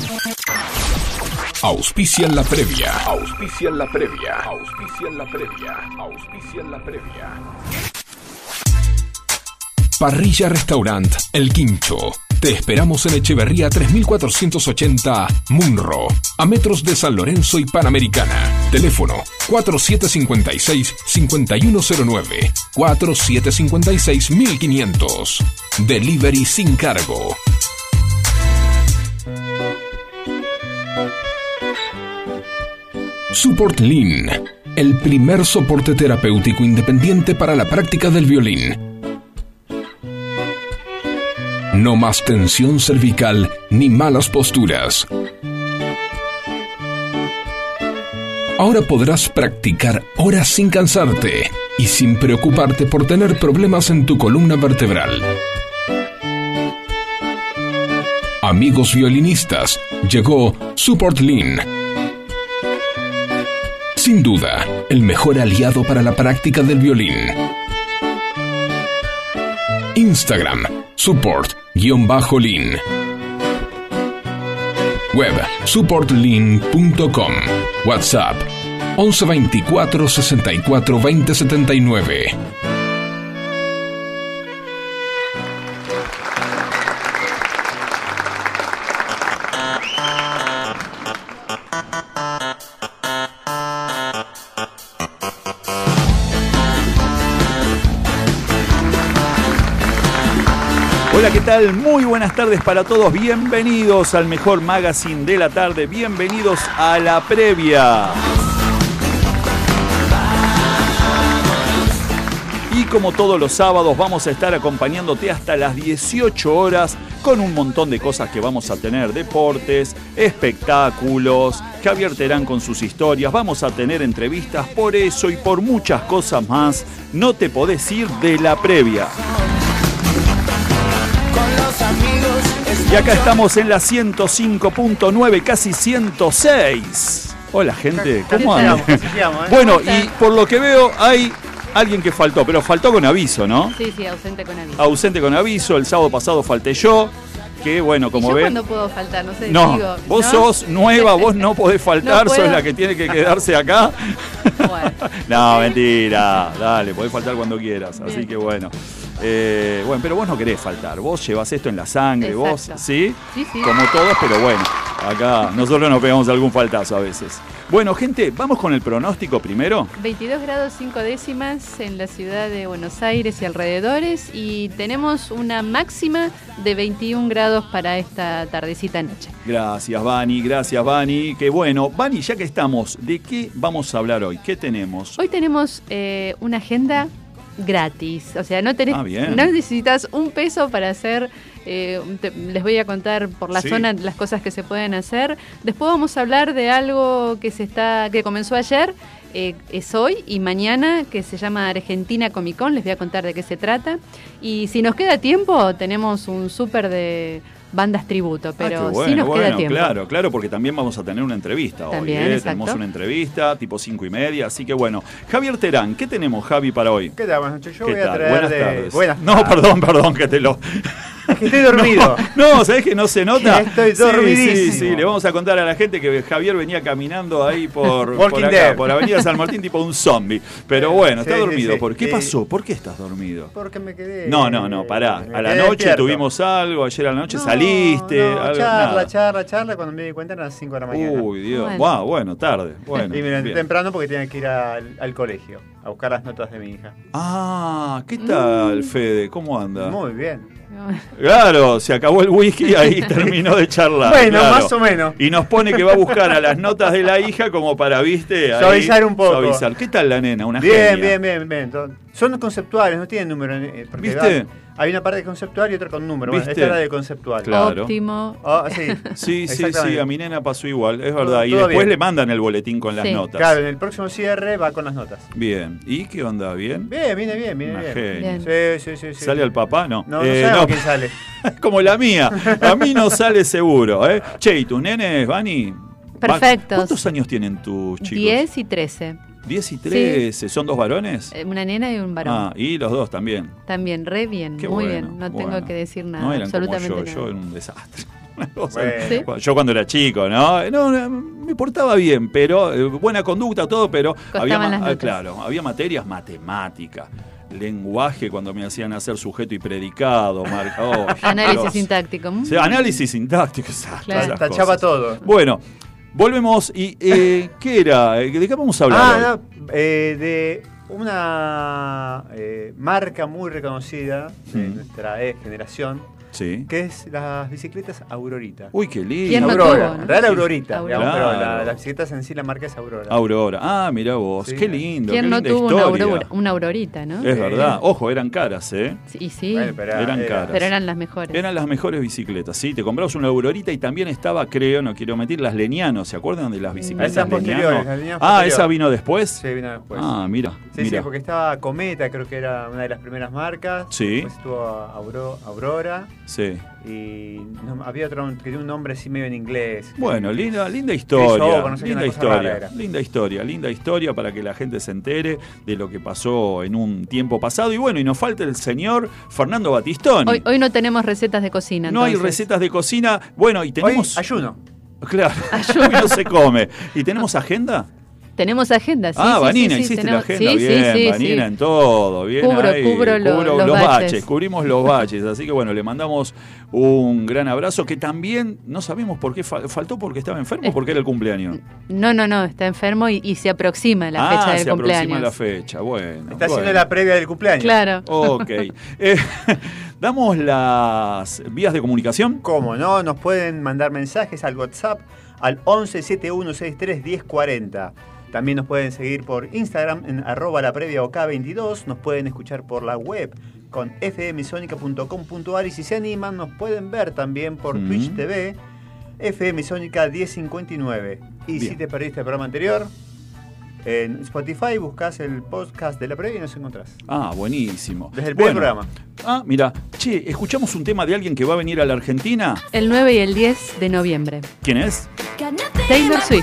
Auspician la previa. Auspician la previa. Auspician la previa. Auspician la previa. Parrilla Restaurant El Quincho. Te esperamos en Echeverría 3480, Munro, a metros de San Lorenzo y Panamericana. Teléfono 4756-5109, 4756-1500. Delivery sin cargo. Support Lean, el primer soporte terapéutico independiente para la práctica del violín. No más tensión cervical ni malas posturas. Ahora podrás practicar horas sin cansarte y sin preocuparte por tener problemas en tu columna vertebral. Amigos violinistas, llegó Support Lean. Sin duda, el mejor aliado para la práctica del violín. Instagram, support_lean. Web, supportlean.com. WhatsApp, 11 24 64 20 79. Hola, ¿qué tal? Muy buenas tardes para todos. Bienvenidos al mejor magazine de la tarde. Bienvenidos a la previa. Y como todos los sábados vamos a estar acompañándote hasta las 18 horas con un montón de cosas que vamos a tener. Deportes, espectáculos, Javier Terán con sus historias. Vamos a tener entrevistas. Por eso y por muchas cosas más, no te podés ir de la previa. Y acá estamos en la 105.9, casi 106. Hola, gente, ¿cómo andan? Bueno, y por lo que veo hay alguien que faltó, pero faltó con aviso, ¿no? Sí, ausente con aviso. Ausente con aviso, el sábado pasado falté yo, que bueno, como ven... ¿Cuándo puedo faltar? No sé, no, digo, vos ¿no? sos nueva, vos no podés faltar, no sos la que tiene que quedarse acá. Bueno. No, mentira, dale, podés faltar cuando quieras, bien. Así que bueno. Bueno, pero vos no querés faltar, vos llevas esto en la sangre. Exacto. Vos, ¿sí? Sí, como todos, pero bueno, acá nosotros nos pegamos algún faltazo a veces. Bueno, gente, vamos con el pronóstico primero. 22 grados 5 décimas en la ciudad de Buenos Aires y alrededores, y tenemos una máxima de 21 grados para esta tardecita noche. Gracias, Vani, qué bueno. Vani, ya que estamos, ¿de qué vamos a hablar hoy? ¿Qué tenemos? Hoy tenemos una agenda gratis, o sea, no necesitas un peso para hacer, les voy a contar por la zona las cosas que se pueden hacer. Después vamos a hablar de algo que comenzó ayer, es hoy y mañana, que se llama Argentina Comic Con, les voy a contar de qué se trata. Y si nos queda tiempo, tenemos un súper de bandas tributo, pero bueno, sí nos queda tiempo. Claro, porque también vamos a tener una entrevista también, hoy. Tenemos una entrevista tipo 5:30, así que bueno. Javier Terán, ¿qué tenemos, Javi, para hoy? ¿Qué tal? Buenas noches. Yo voy a traer Buenas tardes. No, perdón, que te lo... Que estoy dormido. No, ¿sabés que no se nota? Estoy dormidísimo. Sí, le vamos a contar a la gente que Javier venía caminando ahí por Avenida San Martín tipo un zombie. Pero bueno, está dormido. Sí. ¿Qué pasó? ¿Por qué estás dormido? Porque me quedé... No, pará. A la noche despierto. Tuvimos algo, ayer a la noche saliste. Charla, cuando me di cuenta eran las 5 de la mañana. Uy, Dios. Bueno, tarde. Bueno, y me levanté temprano porque tenía que ir al colegio a buscar las notas de mi hija. Ah, ¿qué tal, Fede? ¿Cómo anda? Muy bien. Claro, se acabó el whisky y ahí terminó de charlar. Bueno, claro. Más o menos. Y nos pone que va a buscar a las notas de la hija como para, ¿viste? Ahí, suavizar un poco. ¿Qué tal la nena? Una bien, genia. Bien. Son conceptuales, no tienen número. ¿Viste? Hay una parte conceptual y otra con número. ¿Viste? Esta era de conceptual. Claro. Óptimo. Sí, a mi nena pasó igual, es verdad. Y después le mandan el boletín con las notas. Claro, en el próximo cierre va con las notas. Bien. ¿Y qué onda? ¿Bien? Viene bien. Sí. ¿Sale al papá? No. No sabemos quién sale. Como la mía. A mí no sale seguro. Che, ¿y tus nenes, Vani? Perfectos. ¿Cuántos años tienen tus chicos? 10 y 13. 10 y 13, sí. ¿Son dos varones? Una nena y un varón. Ah, y los dos también. También, re bien, qué muy bueno, bien. No tengo que decir nada, no eran absolutamente como nada. Yo era un desastre. Bueno. Yo cuando era chico, ¿no? Me portaba bien, pero buena conducta, todo, pero había materias matemáticas. Lenguaje, cuando me hacían hacer sujeto y predicado, análisis sintáctico. Sí, análisis sintáctico, exacto. Claro. Tachaba todo. Bueno, volvemos y ¿qué era? ¿De qué vamos a hablar hoy? De una marca muy reconocida de nuestra generación. Sí. Que es las bicicletas Aurorita. Uy, qué lindo. ¿Quién Aurora, no tuvo, no? Real Aurorita, Aurora. digamos, pero Claro. las bicicletas en sí, la marca es Aurora. Aurora. Ah, mira vos, Sí. qué lindo. ¿Quién qué no linda tuvo historia. una Aurorita, no? Es verdad. Ojo, eran caras, ¿eh? Y sí, Bueno, pero Eran caras. pero eran las mejores. Eran las mejores bicicletas, sí. Te comprabas una Aurorita y también estaba, creo, no quiero mentir, las Leniano. ¿Se acuerdan de las bicicletas Esas posteriores, Leniano? las Leniano Ah, posteriores. ¿esa vino después? Sí, vino después. Ah, mira. Sí, mira. sí, porque estaba Cometa, creo que era una de las primeras marcas. Sí. Después estuvo Aurora. Sí. Y había otro que tenía un nombre así medio en inglés. Bueno, linda historia. No sé qué, linda una cosa rara historia. era. Linda historia para que la gente se entere de lo que pasó en un tiempo pasado. Y bueno, y nos falta el señor Fernando Battistoni. Hoy no tenemos recetas de cocina. No hay entonces. recetas de cocina. Bueno, y tenemos. Hoy ayuno. Claro, hoy no se come. ¿Y tenemos agenda? Tenemos agenda, sí. Vanina, sí, hiciste tenemos, la agenda. Bien, Vanina en todo. Bien Cubro ahí. los baches. Cubrimos los baches. Así que bueno, le mandamos un gran abrazo que también no sabemos por qué faltó, porque estaba enfermo o porque era el cumpleaños. No, está enfermo y se aproxima la fecha del cumpleaños. Se aproxima la fecha, bueno. Está haciendo la previa del cumpleaños. Claro. Ok. ¿Damos las vías de comunicación? ¿Cómo no? Nos pueden mandar mensajes al WhatsApp al 11 7163 1040. También nos pueden seguir por Instagram en @lapreviaok22. Nos pueden escuchar por la web con fmsonica.com.ar y si se animan nos pueden ver también por Twitch TV, FM Sónica 1059. Y Bien. si te perdiste el programa anterior, en Spotify buscas el podcast de La Previa y nos encontrás. Ah, buenísimo. Desde el primer programa. Ah, mira, che, escuchamos un tema de alguien que va a venir a la Argentina. El 9 y el 10 de noviembre. ¿Quién es? Taylor Swift.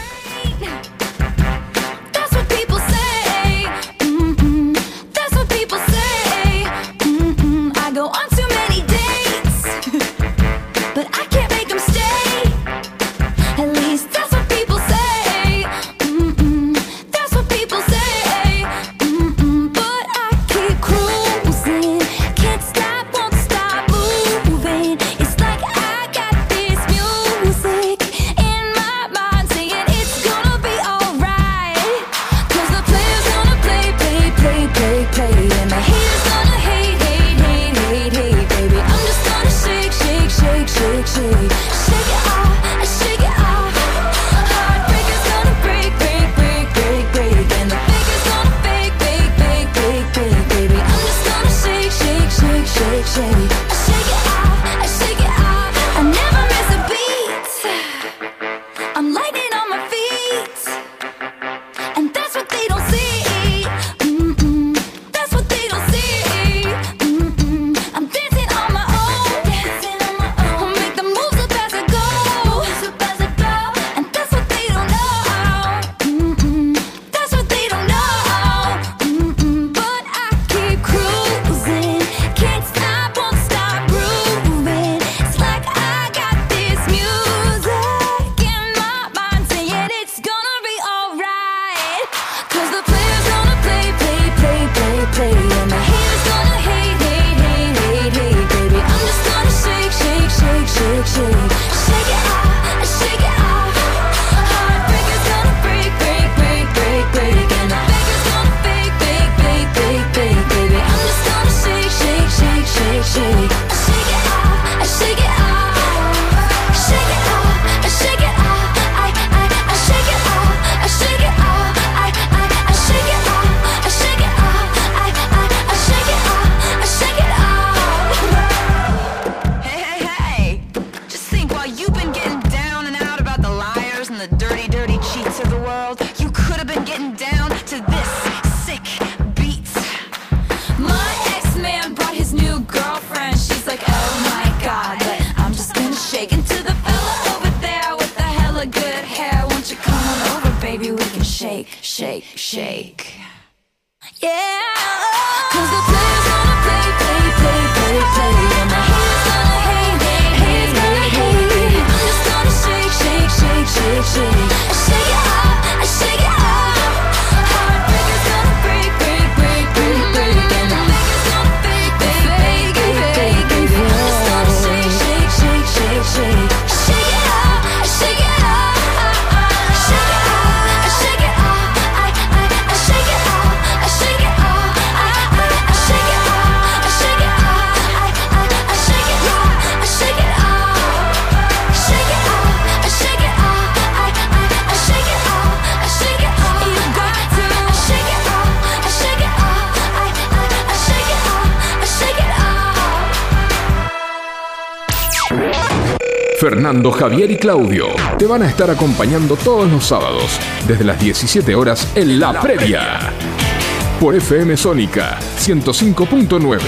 Fernando, Javier y Claudio te van a estar acompañando todos los sábados desde las 17 horas en La Previa por FM Sónica 105.9.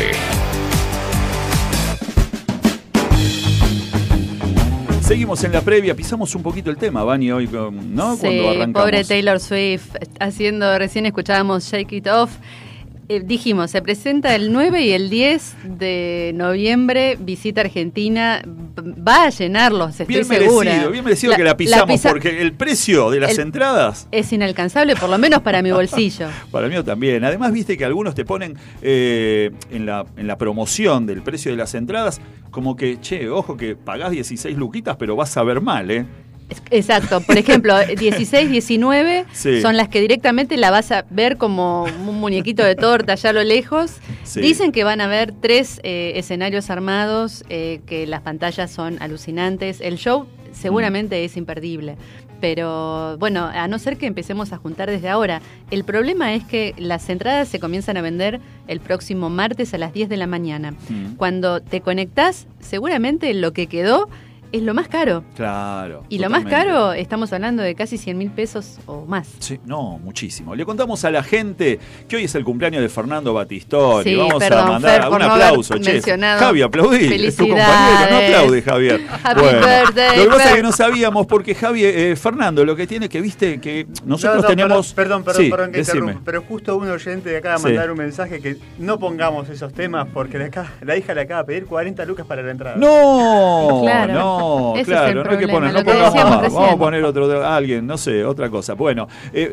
Seguimos en La Previa, pisamos un poquito el tema, Vani, hoy, ¿no? Sí, cuando arrancamos. Pobre Taylor Swift, recién escuchábamos Shake It Off. Dijimos, se presenta el 9 y el 10 de noviembre, visita Argentina, va a llenarlos, estoy segura. Bien merecido que la pisamos, porque el precio de las entradas es inalcanzable, por lo menos para mi bolsillo. Para mí también. Además, viste que algunos te ponen en la promoción del precio de las entradas, como que, ojo que pagás 16 luquitas, pero vas a ver mal, ¿eh? Exacto, por ejemplo, 16, 19 sí. Son las que directamente la vas a ver como un muñequito de torta allá a lo lejos. Sí. Dicen que van a haber 3 escenarios armados, que las pantallas son alucinantes. El show seguramente es imperdible, pero bueno, a no ser que empecemos a juntar desde ahora. El problema es que las entradas se comienzan a vender el próximo martes a las 10 de la mañana. Cuando te conectás, seguramente lo que quedó es lo más caro. Claro. Y totalmente. Lo más caro, estamos hablando de casi 100.000 pesos o más. Sí, no, muchísimo. Le contamos a la gente que hoy es el cumpleaños de Fernando Batistoni. Sí, vamos perdón, a mandar Fer, un aplauso, Javi, aplaudí. Es tu compañero, no aplaude, Javier. Happy birthday. Lo que pasa es que no sabíamos, porque Fernando, lo que tiene que, viste, que nosotros tenemos... Perdón que interrumpa, pero justo un oyente de acá a mandar un mensaje que no pongamos esos temas porque la hija le acaba de pedir 40 lucas para la entrada. No, claro. No, claro, no hay que poner, no pongamos más. Vamos a poner alguien, no sé, otra cosa. Bueno,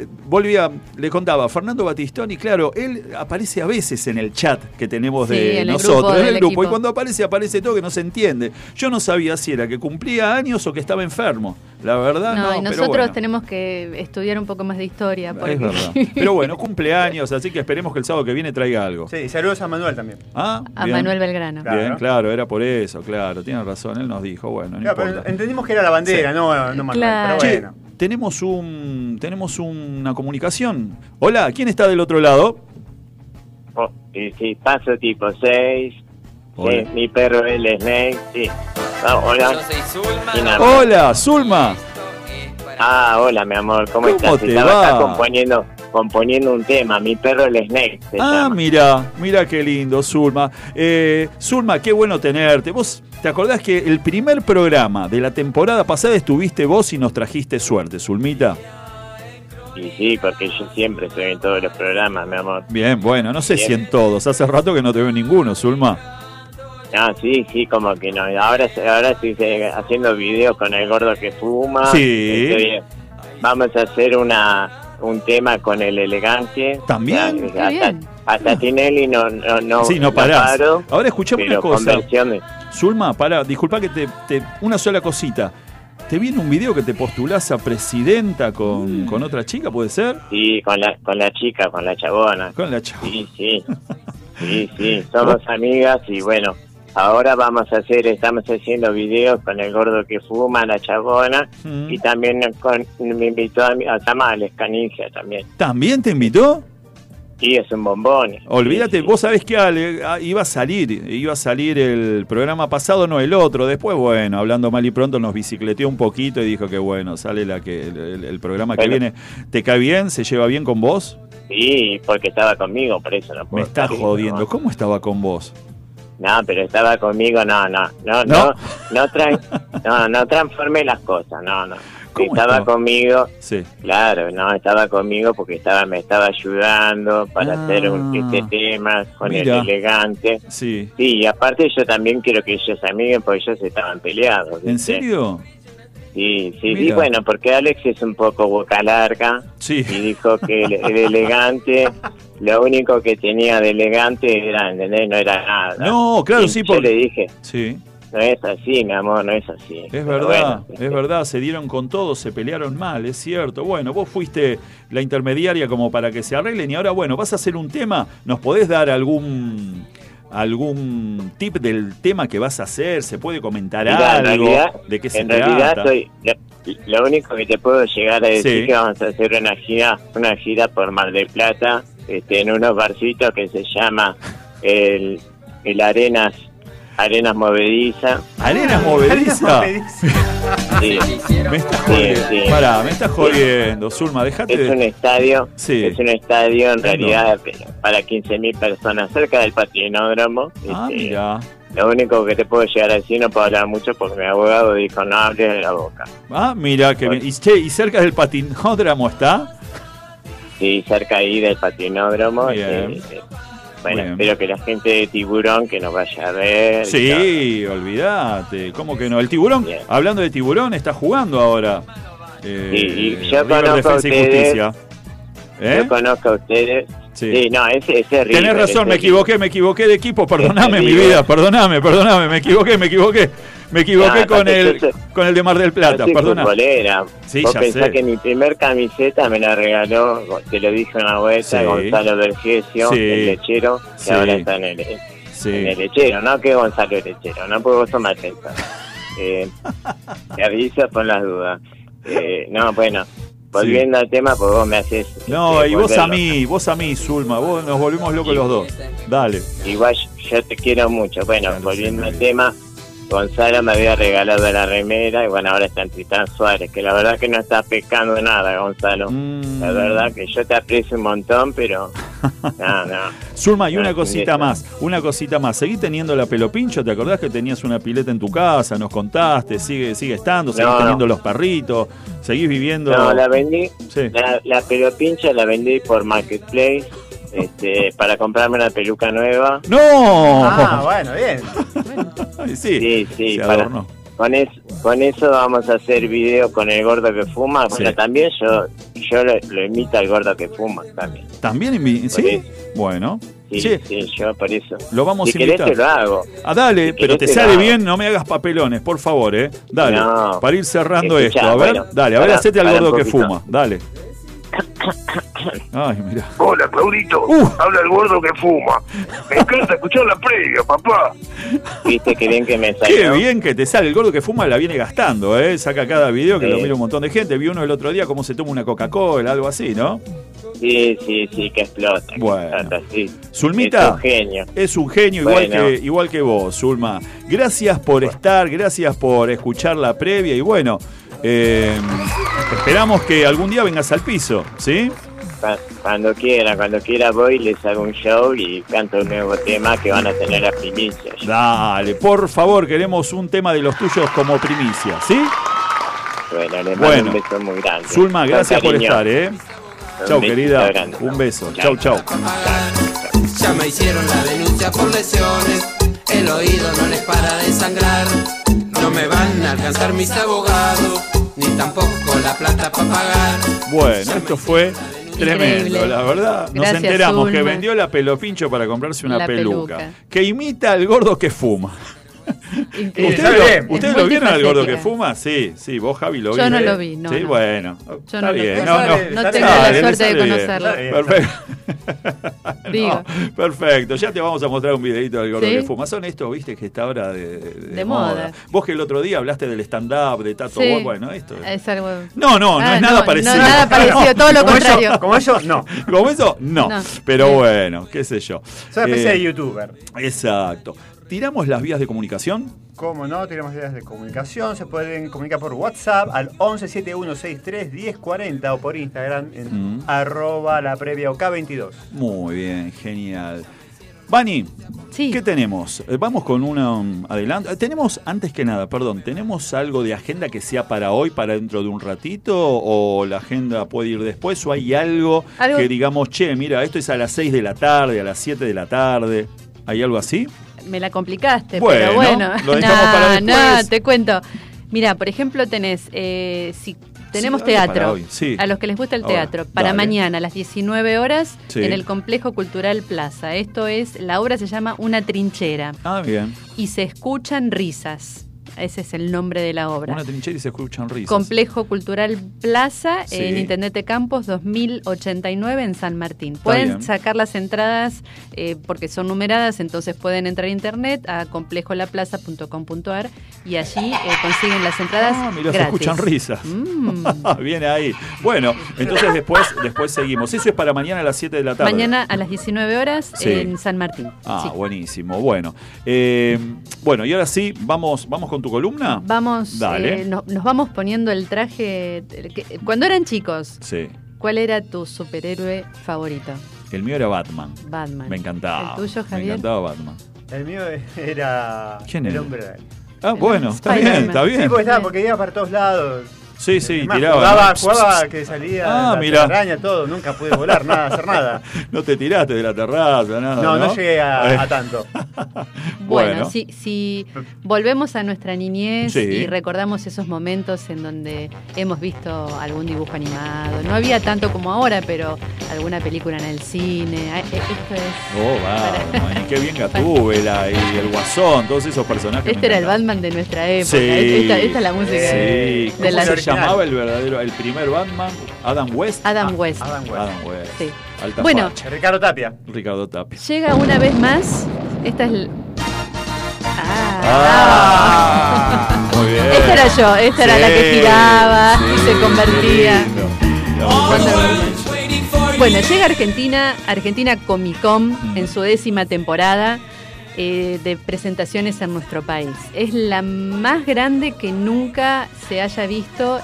le contaba, Fernando Batistoni, claro, él aparece a veces en el chat que tenemos de nosotros, en el grupo, y cuando aparece todo que no se entiende. Yo no sabía si era que cumplía años o que estaba enfermo. La verdad, no. Y nosotros tenemos que estudiar un poco más de historia. Porque... Es verdad. Pero bueno, cumpleaños, así que esperemos que el sábado que viene traiga algo. Sí, saludos a Manuel también. A Manuel Belgrano. Bien, claro, era por eso, claro, tiene razón, él nos dijo, bueno, no importa. Pero entendimos que era la bandera, sí. no Manuel, claro. Pero bueno. Tenemos una comunicación. Hola, ¿quién está del otro lado? Sí, paso tipo 6. Sí, mi perro es el Snake, sí. Hola. Yo soy Zulma. Hola, Zulma. Hola, mi amor, ¿cómo estás? Estaba acá componiendo un tema, mi perro el Snake se llama. Mira qué lindo, Zulma. Zulma, qué bueno tenerte. Vos, ¿te acordás que el primer programa de la temporada pasada estuviste vos y nos trajiste suerte, Zulmita? Sí, porque yo siempre estoy en todos los programas, mi amor. Bien, bueno, no sé si en todos. Hace rato que no te veo en ninguno, Zulma. Sí, como que no. Ahora estoy haciendo videos con el gordo que fuma. Sí. Vamos a hacer un tema con el elegante. ¿También? Hasta Tinelli no parás. Paro, ahora escuchame una cosa. Versiones. Zulma, disculpa que te una sola cosita. ¿Te vi en un video que te postulás a presidenta con otra chica, puede ser? Sí, con la chica, con la chabona. Con la chabona. Sí, somos amigas y bueno, ahora estamos haciendo videos con el gordo que fuma, la chabona, y también me invitó a Tamales, Canigia también. ¿También te invitó? Sí, es un bombón. Olvídate, sí. Vos sabés que iba a salir el programa pasado, no el otro. Después, bueno, hablando mal y pronto, nos bicicleteó un poquito y dijo que bueno, sale el programa que viene. ¿Te cae bien? ¿Se lleva bien con vos? Sí, porque estaba conmigo, por eso no puedo. Me estás jodiendo. ¿No? ¿Cómo estaba con vos? No, pero estaba conmigo, no transformé las cosas, no. Estaba conmigo, sí. Claro, estaba conmigo porque me estaba ayudando para hacer este tema con el elegante. Sí. Sí, y aparte yo también quiero que ellos se amiguen porque ellos estaban peleados. ¿Viste? ¿En serio? Sí, y bueno, porque Alex es un poco boca larga. Sí. Y dijo que el elegante, lo único que tenía de elegante era, ¿entendés? No era nada. No, claro, y sí. Yo le dije... Sí. No es así, mi amor, no es así. Es verdad, es verdad, se dieron con todo, se pelearon mal, es cierto. Bueno, vos fuiste la intermediaria como para que se arreglen y ahora, bueno, vas a hacer un tema. ¿Nos podés dar algún tip del tema que vas a hacer? ¿Se puede comentar algo? ¿De qué se trata? Lo único que te puedo llegar a decir que vamos a hacer una gira por Mar del Plata, en unos barcitos que se llama el Arenas Arenas Movediza. ¿Arenas Movediza? Sí. Me estás jodiendo. Sí. Pará, me estás jodiendo, Zulma, dejate es un estadio, es un estadio en realidad para 15.000 personas, cerca del patinódromo. Mira. Lo único que te puedo llegar a decir, no puedo hablar mucho porque mi abogado dijo no hables de la boca. Mira, que bien. ¿Y cerca del patinódromo está? Sí, cerca ahí del patinódromo. Bien. Bueno, espero que la gente de Tiburón que nos vaya a ver. Sí, olvídate. ¿Cómo que no? El Tiburón, bien. Hablando de Tiburón, está jugando ahora. Sí, y yo conozco a ustedes. Yo conozco a ustedes. Sí, no, ese es River. Tenés razón, me equivoqué de equipo. Perdóname, mi vida, perdóname. Me equivoqué. Me equivoqué con el de Mar del Plata, perdóname. Sí, vos pensás que mi primer camiseta me la regaló, te lo dije una vuelta, Gonzalo Vergesio, el lechero, que ahora está en el lechero, no que Gonzalo el lechero, no, porque vos sos más atento. Te aviso por las dudas. No, bueno. Volviendo al tema, pues vos me haces... No, y vos a mí, Zulma, vos nos volvimos locos los dos. Dale. Igual yo te quiero mucho. Bueno, volviendo al tema, Gonzalo me había regalado la remera y bueno, ahora está en Tristán Suárez, que la verdad que no está pescando nada, Gonzalo. La verdad que yo te aprecio un montón, pero... No. Zulma, y una cosita más. Seguí teniendo la Pelopincho, ¿te acordás que tenías una pileta en tu casa? Nos contaste, sigue estando, seguís teniendo los perritos, seguís viviendo... No, la vendí, la Pelopincho la vendí por Marketplace, para comprarme una peluca nueva. ¡No! Bueno, bien. Sí, con eso vamos a hacer video con el gordo que fuma. Bueno, también yo lo imito al gordo que fuma también. ¿También? ¿Sí? Bueno. Sí, yo por eso. Lo vamos a invitar. Te lo hago. Dale, pero te sale bien, no me hagas papelones, por favor, Dale, para ir cerrando esto. A ver, dale, a ver, hacete al gordo que fuma. Dale. Ay, mira. Hola, Claudito. Habla el gordo que fuma. Me encanta escuchar la previa, papá. Viste qué bien que me salió. Qué bien que te sale. El gordo que fuma la viene gastando, Saca cada video que lo mira un montón de gente. Vi uno el otro día cómo se toma una Coca-Cola, algo así, ¿no? Sí, que explota. Bueno. Sí. Zulmita es un genio igual que vos, Zulma. Gracias por estar, gracias por escuchar la previa y bueno, esperamos que algún día vengas al piso, ¿sí? Cuando quiera voy, les hago un show y canto un nuevo tema que van a tener las primicias. Dale, por favor, queremos un tema de los tuyos como primicia, ¿sí? Bueno, les mando un beso muy grande. Zulma, gracias por estar, Chau, querida. Un beso. Chau. Ya me hicieron la denuncia por lesiones. El oído no les para de sangrar. No me van a alcanzar mis abogados, ni tampoco la plata para pagar. Bueno, esto fue tremendo, la verdad. Nos enteramos que vendió la Pelopincho para comprarse una peluca. Que imita al gordo que fuma. ¿Ustedes lo vieron al gordo que fuma? Sí, vos, Javi, lo viste. Yo no lo vi, no. Sí, bueno. Yo no bien. No tengo la suerte de conocerlo. Perfecto. Perfecto, ya te vamos a mostrar un videito del gordo que fuma. Son estos, viste, que está ahora de moda. Vos que el otro día hablaste del stand-up, de Tato, bueno, esto es algo... No es nada parecido. No, nada parecido, todo lo contrario. Como eso, no. Como eso, no. Pero bueno, qué sé yo. Soy una especie de youtuber. Exacto. ¿Tiramos las vías de comunicación? ¿Cómo no? Tiramos vías de comunicación. Se pueden comunicar por WhatsApp al 1171631040 o por Instagram en @lapreviaok22. Muy bien, genial. Vani, ¿qué tenemos? Vamos con un adelanto. Tenemos, antes que nada, ¿tenemos algo de agenda que sea para hoy, para dentro de un ratito? ¿O la agenda puede ir después? ¿O hay algo que digamos, mira, esto es a las 6 de la tarde, a las 7 de la tarde? ¿Hay algo así? Me la complicaste, pero bueno. Lo dejamos para después. No, te cuento. Mira, por ejemplo, tenemos teatro. A los que les gusta el teatro. Para mañana, a las 19 horas, en el Complejo Cultural Plaza. La obra se llama Una trinchera. Bien. Y se escuchan risas. ese es el nombre de la obra. Una trinchera y se escuchan risas. Complejo Cultural Plaza, en Intendente Campos 2089 en San Martín. Pueden sacar las entradas porque son numeradas, entonces pueden entrar a internet a complejolaplaza.com.ar y allí consiguen las entradas mira, gratis. Se escuchan risas. Viene ahí. Bueno, entonces después seguimos. Eso es para mañana a las 7 de la tarde. Mañana a las 19 horas en San Martín. Buenísimo. Bueno, y ahora sí, vamos con tu columna. Vamos, Dale. nos vamos poniendo el traje. Cuando eran chicos, ¿cuál era tu superhéroe favorito? El mío era Batman. Me encantaba. ¿El tuyo, Javier? Me encantaba Batman. El mío era el Hombre Araña. Bueno, está bien. Sí, porque iba para todos lados. Sí, Además, tiraba. jugaba que salía la araña, todo. Nunca pude volar, hacer nada. No te tiraste de la terraza, nada. No llegué a tanto. Bueno, si volvemos a nuestra niñez y recordamos esos momentos en donde hemos visto algún dibujo animado. No había tanto como ahora, pero alguna película en el cine. Esto es. Y qué bien Gatúbela y el Guasón, todos esos personajes. Este era el Batman de nuestra época. Sí, esta es la música de la se llamaba el primer Batman? Adam West. Adam West. Sí. Alta facha. Ricardo Tapia. Llega una vez más. Esta es muy bien. Esta era yo, esta era la que giraba y se convertía. Bueno, llega Argentina Comic Con en su 10ª temporada de presentaciones en nuestro país. Es la más grande que nunca se haya visto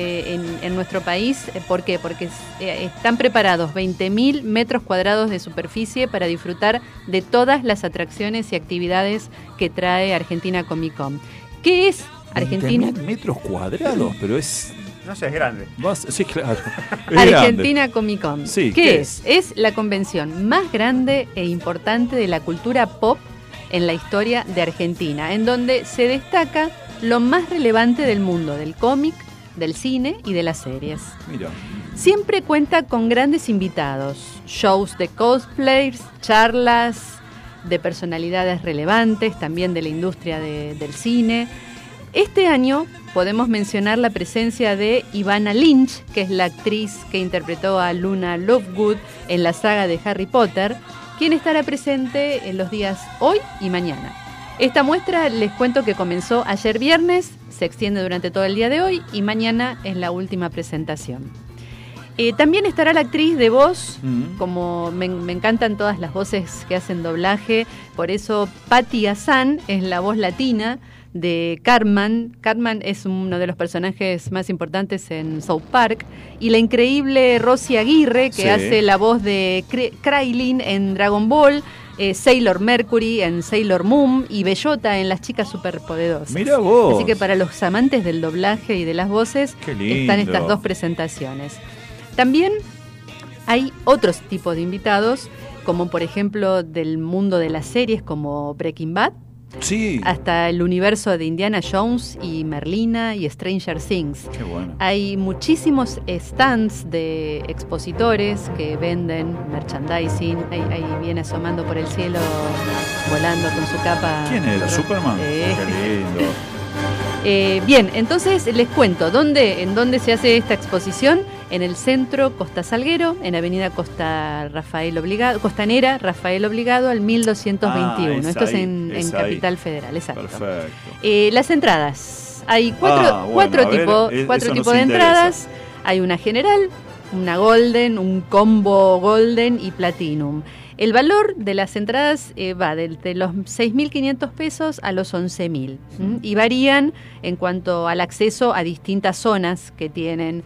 en nuestro país. ¿Por qué? Porque están preparados 20.000 metros cuadrados de superficie para disfrutar de todas las atracciones y actividades que trae Argentina Comic Con. ¿Qué es Argentina? 20.000 metros cuadrados, pero es... No sé, es grande. Sí, claro. Argentina Comic Con. Sí, ¿Qué es? Es la convención más grande e importante de la cultura pop en la historia de Argentina, en donde se destaca lo más relevante del mundo del cómic, del cine y de las series. Mira. Siempre cuenta con grandes invitados, shows de cosplayers, charlas de personalidades relevantes, también de la industria del cine. Este año podemos mencionar la presencia de Ivana Lynch, que es la actriz que interpretó a Luna Lovegood en la saga de Harry Potter, quien estará presente en los días hoy y mañana. Esta muestra, les cuento que comenzó ayer viernes, se extiende durante todo el día de hoy y mañana es la última presentación. También estará la actriz de voz, como me encantan todas las voces que hacen doblaje, por eso Patti Hassan es la voz latina de Cartman. Cartman es uno de los personajes más importantes en South Park, y la increíble Rosy Aguirre, que hace la voz de Krillin en Dragon Ball, Sailor Mercury en Sailor Moon y Bellota en Las Chicas Superpoderosas. Mira vos. Así que para los amantes del doblaje y de las voces están estas dos presentaciones. También hay otros tipos de invitados, como por ejemplo del mundo de las series como Breaking Bad, hasta el universo de Indiana Jones y Merlina y Stranger Things. Qué bueno. Hay muchísimos stands de expositores que venden merchandising. Ahí viene asomando por el cielo, volando con su capa. ¿Quién era? ¿Superman? Qué lindo. Bien, entonces les cuento en dónde se hace esta exposición. En el centro Costa Salguero, en Avenida Costanera Rafael Obligado al 1221. Esto es en Capital Federal, exacto. Perfecto. Las entradas. Hay cuatro tipos de entradas. Hay una general, una golden, un combo golden y platinum. El valor de las entradas va desde los 6.500 pesos a los 11.000 y varían en cuanto al acceso a distintas zonas que tienen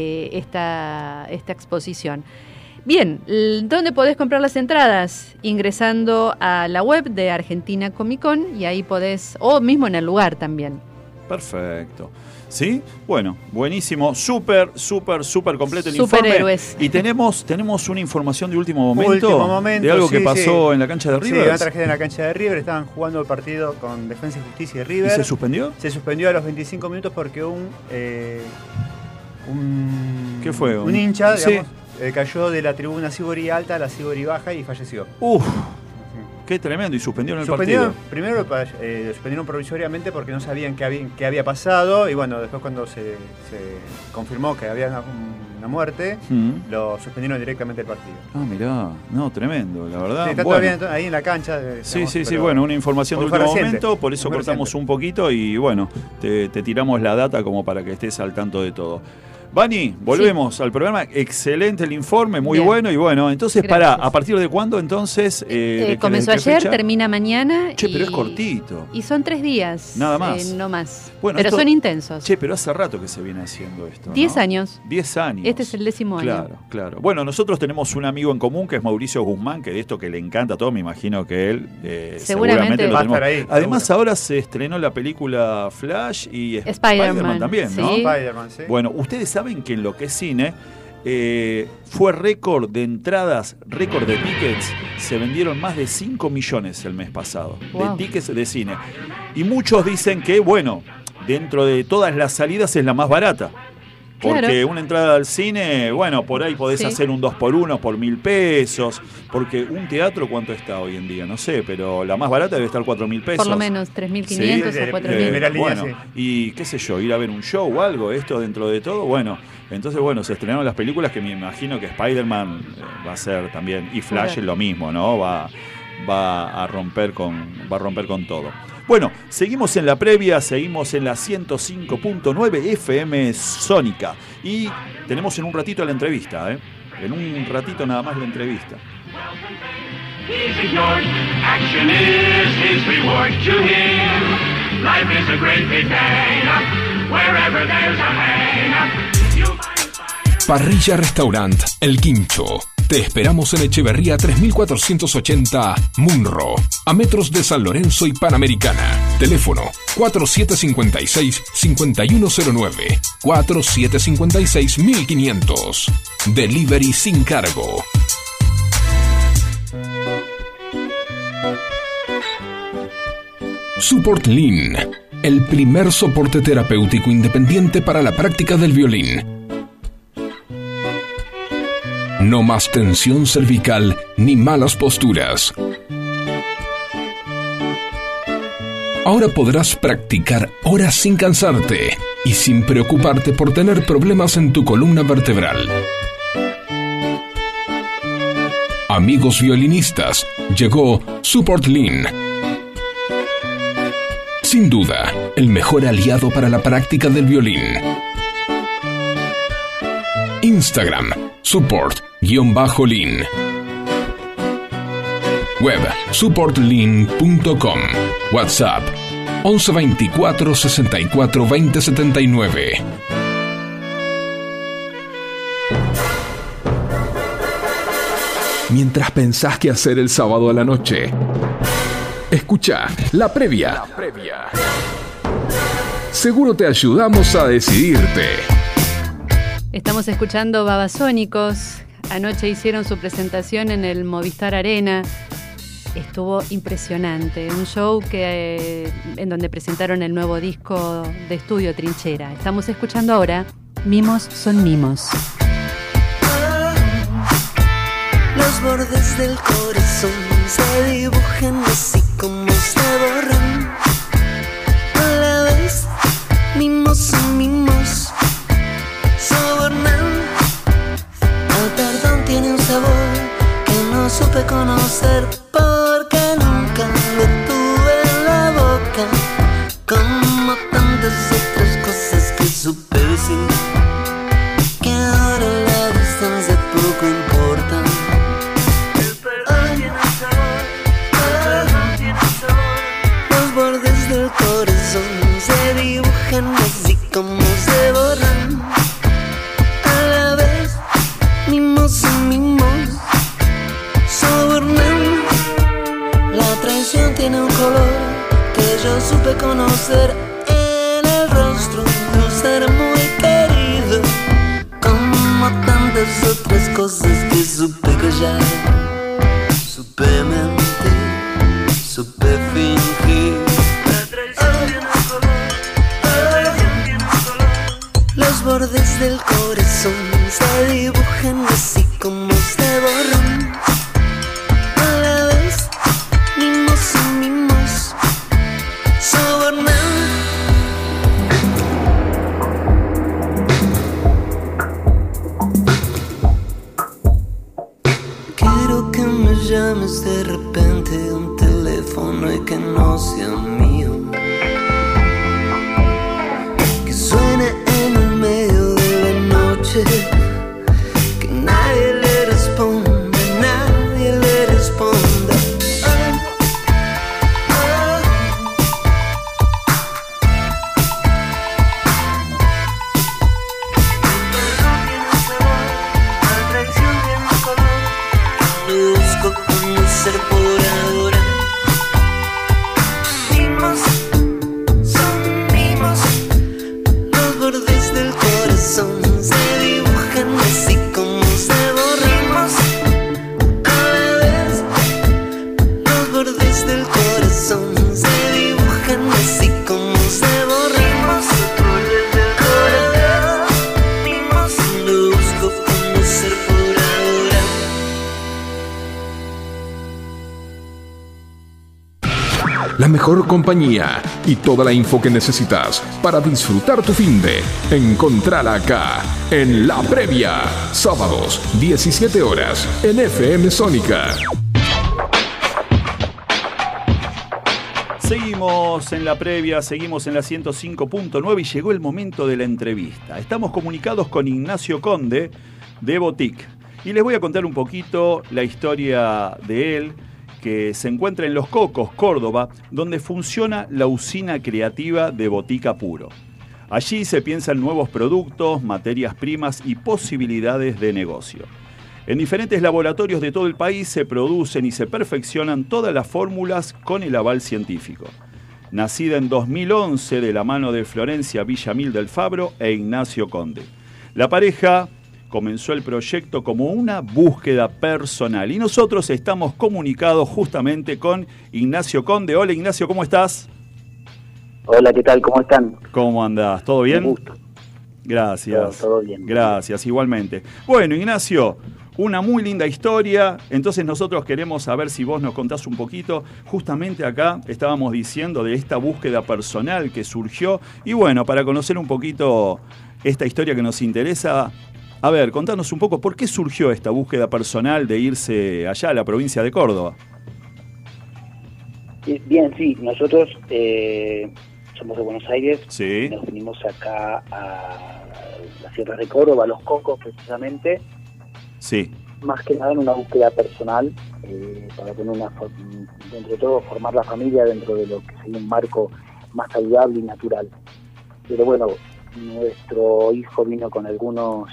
esta exposición. Bien, ¿dónde podés comprar las entradas? Ingresando a la web de Argentina Comic Con y ahí podés, o mismo en el lugar también. Perfecto. ¿Sí? Bueno, buenísimo. Súper completo el Superhéroes. informe. Y tenemos una información de último momento. De algo que pasó en la cancha de River. Sí, una tragedia en la cancha de River. Estaban jugando el partido con Defensa y Justicia de River. ¿Y se suspendió? Se suspendió a los 25 minutos porque ¿qué fue? Un hincha, digamos, cayó de la tribuna Sibori alta a la Sibori baja y falleció. qué tremendo. ¿Y suspendieron el partido? Primero lo suspendieron provisoriamente porque no sabían qué había pasado. Y bueno, después cuando se confirmó que había una muerte, lo suspendieron directamente el partido. Ah, mirá. No, tremendo, la verdad. Sí, está todavía ahí en la cancha. Sí, bueno, una información de último momento. Por eso cortamos un poquito y bueno, te tiramos la data como para que estés al tanto de todo. Vani, volvemos al programa. Excelente el informe, muy bien. Bueno. Y bueno, entonces, ¿a partir de cuándo entonces? Comenzó ayer, termina mañana. Pero es cortito. Y son 3 días. Nada más. No más. Bueno, pero son intensos. Pero hace rato que se viene haciendo esto. 10 años. 10 años. Este es el 10º año. Claro. Bueno, nosotros tenemos un amigo en común que es Mauricio Guzmán, que de esto que le encanta a todo, me imagino que él seguramente lo va a estar ahí. Además, seguro. Ahora se estrenó la película Flash y Spider-Man también, ¿no? Sí. Spider-Man, sí. Bueno, ustedes saben que en lo que es cine fue récord de entradas, récord de tickets. Se vendieron más de 5 millones el mes pasado de tickets de cine. Y muchos dicen que, bueno, dentro de todas las salidas es la más barata. Porque una entrada al cine, bueno, por ahí podés hacer un 2x1 por 1.000 pesos. Porque un teatro, ¿cuánto está hoy en día? No sé, pero la más barata debe estar 4.000 pesos. Por lo menos 3.500 o 4.000. Bueno, y qué sé yo, ir a ver un show o algo, esto dentro de todo, bueno. Entonces, bueno, se estrenaron las películas que me imagino que Spider-Man va a ser también. Y Flash es lo mismo, ¿no? Va a romper con todo. Bueno, seguimos en la previa, seguimos en la 105.9 FM Sónica. Y tenemos en un ratito la entrevista, En un ratito nada más la entrevista. Parrilla Restaurant El Quincho. Te esperamos en Echeverría 3480 Munro, a metros de San Lorenzo y Panamericana. Teléfono 4756-5109, 4756-1500. Delivery sin cargo. Support Lean, el primer soporte terapéutico independiente para la práctica del violín. No más tensión cervical ni malas posturas. Ahora podrás practicar horas sin cansarte y sin preocuparte por tener problemas en tu columna vertebral. Amigos violinistas, llegó Support Lean. Sin duda, el mejor aliado para la práctica del violín. Instagram, support_lean. Web, supportlean.com. WhatsApp, 11 24 64 20 79. Mientras pensás qué hacer el sábado a la noche, escucha La Previa. Seguro te ayudamos a decidirte. Estamos escuchando Babasónicos. Anoche hicieron su presentación en el Movistar Arena. Estuvo impresionante. Un show en donde presentaron el nuevo disco de estudio Trinchera. Estamos escuchando ahora Mimos son mimos. Los bordes del corazón se dibujan así como se borran. A la vez, mimos son mimos. Sobornan. El perdón tiene un sabor que no supe conocer porque nunca lo tuve en la boca, como tantas otras cosas que supe decir, que ahora la distancia poco importa. El perdón tiene un sabor, el perdón tiene un sabor. Los bordes del corazón se dibujan así como se borran. Mimos y mimos, sobornan. La traición tiene un color que yo supe conocer en el rostro de un ser muy querido, como tantas otras cosas que supe callar. Supe mentir, supe fingir. La traición tiene un color, la traición tiene un color. Los bordes del corazón se dibujan así como se borran. A la vez, llames de repente un teléfono y que no sea mío. Que suene en el medio de la noche, que nadie le responda, nadie le responda. Ser por ahora. Mimos, son mimos. Los bordes del corazón se dibujan así como se borramos. A la vez, los bordes del corazón se dibujan así como se borramos. A la vez, mimos. No busco cómo ser por ahora. La mejor compañía y toda la info que necesitas para disfrutar tu finde. Encontrala acá, en La Previa. Sábados, 17 horas, en FM Sónica. Seguimos en La Previa, seguimos en la 105.9 y llegó el momento de la entrevista. Estamos comunicados con Ignacio Conde de Botique y les voy a contar un poquito la historia de él, que se encuentra en Los Cocos, Córdoba, donde funciona la usina creativa de Botica Puro. Allí se piensan nuevos productos, materias primas y posibilidades de negocio. En diferentes laboratorios de todo el país se producen y se perfeccionan todas las fórmulas con el aval científico. Nacida en 2011 de la mano de Florencia Villamil del Fabro e Ignacio Conde. La pareja comenzó el proyecto como una búsqueda personal y nosotros estamos comunicados justamente con Ignacio Conde. Hola Ignacio, ¿cómo estás? Hola, ¿qué tal? ¿Cómo están? ¿Cómo andás? ¿Todo bien? Un gusto. Gracias. Todo bien. Gracias, igualmente. Bueno, Ignacio, una muy linda historia, entonces nosotros queremos saber si vos nos contás un poquito. Justamente acá estábamos diciendo de esta búsqueda personal que surgió y bueno, para conocer un poquito esta historia que nos interesa. A ver, contanos un poco, ¿por qué surgió esta búsqueda personal de irse allá a la provincia de Córdoba? Bien, sí, nosotros somos de Buenos Aires, sí. Nos vinimos acá a la Sierra de Córdoba, a Los Cocos precisamente, sí. Más que nada en una búsqueda personal, para tener dentro de todo formar la familia dentro de lo que sería un marco más saludable y natural. Pero bueno, nuestro hijo vino con algunos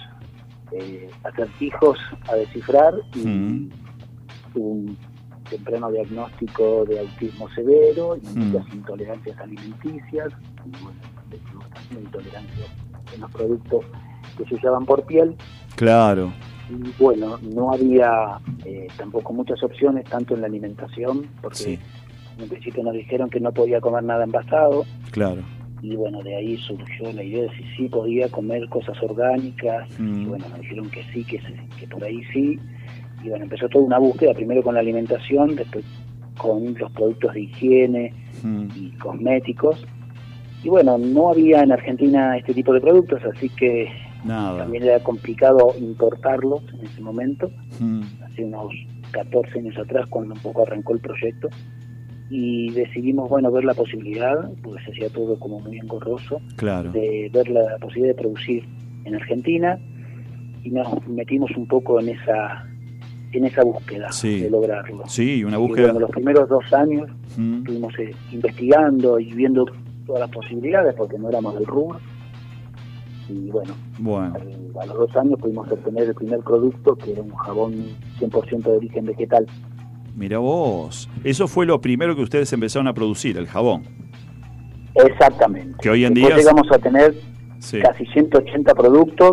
acertijos a descifrar y tuvo un temprano diagnóstico de autismo severo y muchas intolerancias alimenticias y bueno, también intolerancias en los productos que se usaban por piel. Claro. Y bueno, no había tampoco muchas opciones tanto en la alimentación porque sí. En un principio nos dijeron que no podía comer nada envasado. Claro. Y bueno, de ahí surgió la idea de si sí podía comer cosas orgánicas. Y bueno, nos dijeron que sí, que por ahí sí. Y bueno, empezó toda una búsqueda, primero con la alimentación, después con los productos de higiene y cosméticos. Y bueno, no había en Argentina este tipo de productos, así que también era complicado importarlos en ese momento. Hace unos 14 años atrás, cuando un poco arrancó el proyecto. Y decidimos, bueno, ver la posibilidad, porque se hacía todo como muy engorroso, claro. De ver la posibilidad de producir en Argentina y nos metimos un poco en esa búsqueda de lograrlo. Sí, una búsqueda. Y bueno, los primeros 2 años estuvimos investigando y viendo todas las posibilidades porque no éramos del rubro. Y bueno. A los 2 años pudimos obtener el primer producto, que era un jabón 100% de origen vegetal. Mirá vos, eso fue lo primero que ustedes empezaron a producir, el jabón. Exactamente. Que hoy en después día llegamos a tener casi 180 productos,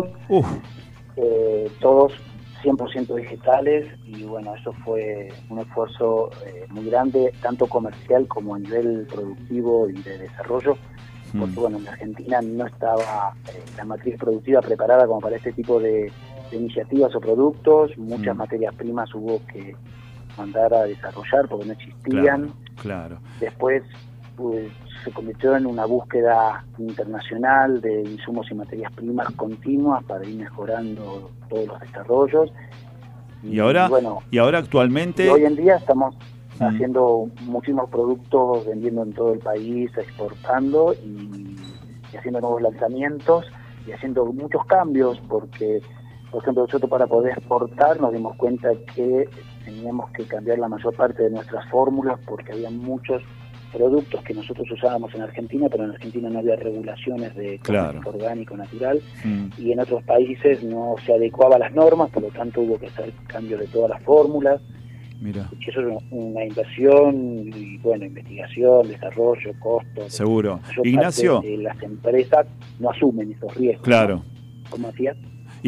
todos 100% vegetales, y bueno, eso fue un esfuerzo muy grande, tanto comercial como a nivel productivo y de desarrollo, porque bueno, en Argentina no estaba la matriz productiva preparada como para este tipo de iniciativas o productos, muchas materias primas hubo que mandar a desarrollar porque no existían. Claro. Después se convirtió en una búsqueda internacional de insumos y materias primas continuas para ir mejorando todos los desarrollos Y ahora actualmente... Hoy en día estamos haciendo muchísimos productos, vendiendo en todo el país, exportando y haciendo nuevos lanzamientos y haciendo muchos cambios, porque, por ejemplo, nosotros para poder exportar nos dimos cuenta que teníamos que cambiar la mayor parte de nuestras fórmulas porque había muchos productos que nosotros usábamos en Argentina, pero en Argentina no había regulaciones de orgánico natural, y en otros países no se adecuaba a las normas, por lo tanto hubo que hacer cambio de todas las fórmulas. Mira. Y eso es una inversión y investigación, desarrollo, costos. Seguro. Ignacio, las empresas no asumen esos riesgos. Claro. ¿Cómo hacías?